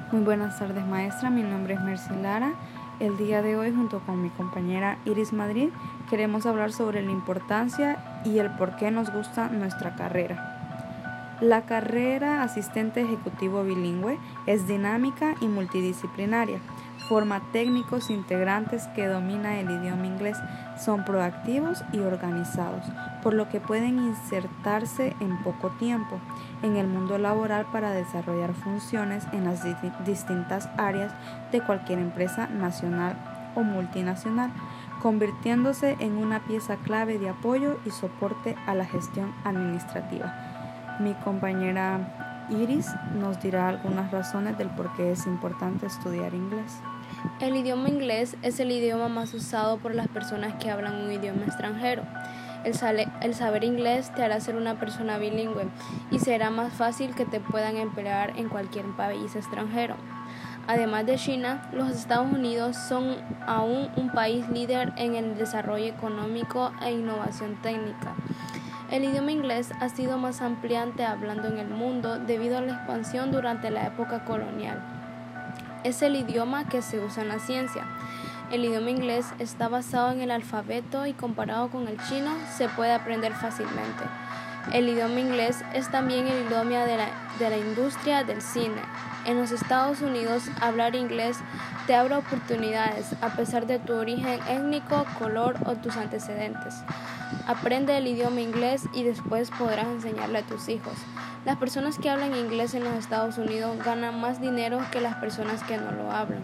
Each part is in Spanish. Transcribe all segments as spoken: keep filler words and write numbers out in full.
Muy buenas tardes, maestra. Mi nombre es Mercy Lara. El día de hoy, junto con mi compañera Iris Madrid, queremos hablar sobre la importancia y el por qué nos gusta nuestra carrera. La carrera asistente ejecutivo bilingüe es dinámica y multidisciplinaria. Forma técnicos integrantes que dominan el idioma inglés, son proactivos y organizados, por lo que pueden insertarse en poco tiempo en el mundo laboral para desarrollar funciones en las distintas áreas de cualquier empresa nacional o multinacional, convirtiéndose en una pieza clave de apoyo y soporte a la gestión administrativa. Mi compañera Iris nos dirá algunas razones del por qué es importante estudiar inglés. El idioma inglés es el idioma más usado por las personas que hablan un idioma extranjero. El, sale, el saber inglés te hará ser una persona bilingüe y será más fácil que te puedan emplear en cualquier país extranjero. Además de China, los Estados Unidos son aún un país líder en el desarrollo económico e innovación técnica. El idioma inglés ha sido más ampliamente hablando en el mundo debido a la expansión durante la época colonial. Es el idioma que se usa en la ciencia. El idioma inglés está basado en el alfabeto y comparado con el chino se puede aprender fácilmente. El idioma inglés es también el idioma de la, de la industria del cine. En los Estados Unidos, hablar inglés te abre oportunidades a pesar de tu origen étnico, color o tus antecedentes. Aprende el idioma inglés y después podrás enseñarle a tus hijos. Las personas que hablan inglés en los Estados Unidos ganan más dinero que las personas que no lo hablan.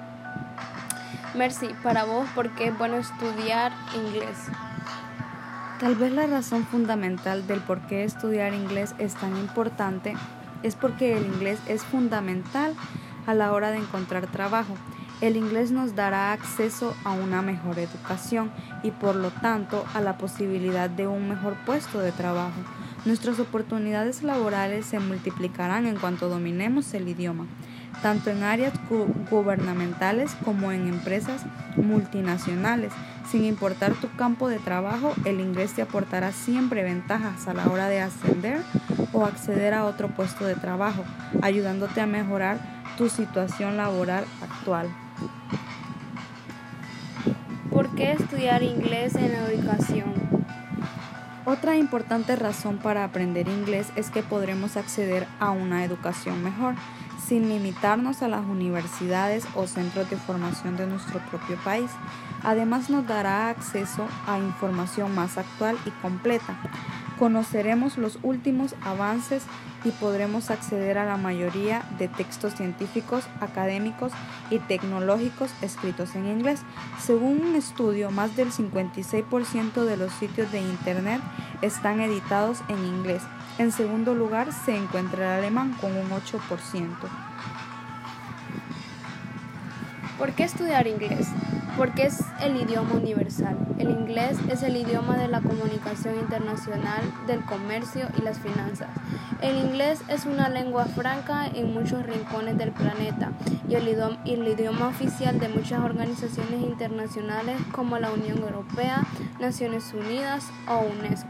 Mercy, para vos, ¿por qué es bueno estudiar inglés? Tal vez la razón fundamental del por qué estudiar inglés es tan importante es porque el inglés es fundamental a la hora de encontrar trabajo. El inglés nos dará acceso a una mejor educación y por lo tanto a la posibilidad de un mejor puesto de trabajo. Nuestras oportunidades laborales se multiplicarán en cuanto dominemos el idioma, tanto en áreas gu- gubernamentales como en empresas multinacionales. Sin importar tu campo de trabajo, el inglés te aportará siempre ventajas a la hora de ascender o acceder a otro puesto de trabajo, ayudándote a mejorar tu situación laboral actual. ¿Por qué estudiar inglés en la educación? Otra importante razón para aprender inglés es que podremos acceder a una educación mejor, sin limitarnos a las universidades o centros de formación de nuestro propio país. Además, nos dará acceso a información más actual y completa. Conoceremos los últimos avances y podremos acceder a la mayoría de textos científicos, académicos y tecnológicos escritos en inglés. Según un estudio, más del cincuenta y seis por ciento de los sitios de Internet están editados en inglés. En segundo lugar se encuentra el alemán con un ocho por ciento. ¿Por qué estudiar inglés? Porque es el idioma universal. El inglés es el idioma de la comunicación internacional, del comercio y las finanzas. El inglés es una lengua franca en muchos rincones del planeta y el idioma, el idioma oficial de muchas organizaciones internacionales como la Unión Europea, Naciones Unidas o UNESCO.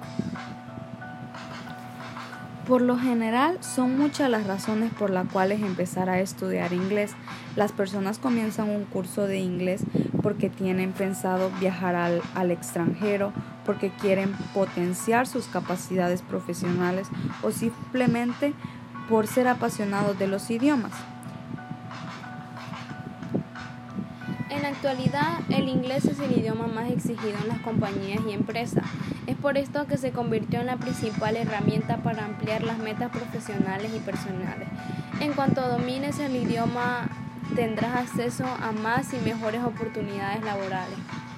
Por lo general, son muchas las razones por las cuales empezar a estudiar inglés. Las personas comienzan un curso de inglés porque tienen pensado viajar al, al extranjero, porque quieren potenciar sus capacidades profesionales o simplemente por ser apasionados de los idiomas. En la actualidad, el inglés es el idioma más exigido en las compañías y empresas. Es por esto que se convirtió en la principal herramienta para ampliar las metas profesionales y personales. En cuanto domines el idioma, tendrás acceso a más y mejores oportunidades laborales.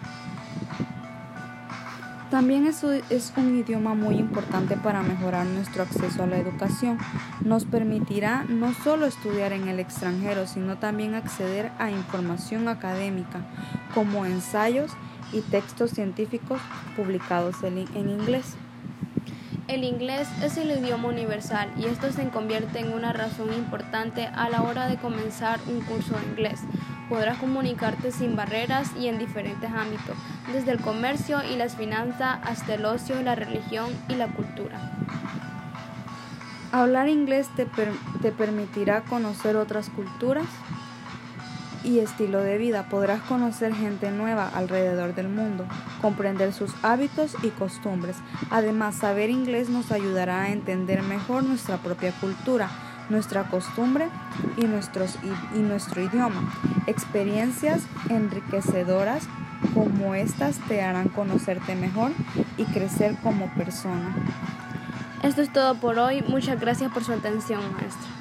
También es, es un idioma muy importante para mejorar nuestro acceso a la educación. Nos permitirá no solo estudiar en el extranjero, sino también acceder a información académica, como ensayos y textos científicos publicados en, en inglés. El inglés es el idioma universal y esto se convierte en una razón importante a la hora de comenzar un curso de inglés. Podrás comunicarte sin barreras y en diferentes ámbitos, desde el comercio y las finanzas hasta el ocio, la religión y la cultura. Hablar inglés te, per- te permitirá conocer otras culturas y estilo de vida. Podrás conocer gente nueva alrededor del mundo, comprender sus hábitos y costumbres. Además, saber inglés nos ayudará a entender mejor nuestra propia cultura, nuestra costumbre y, nuestros, y, y nuestro idioma. Experiencias enriquecedoras como estas te harán conocerte mejor y crecer como persona. Esto es todo por hoy. Muchas gracias por su atención, maestra.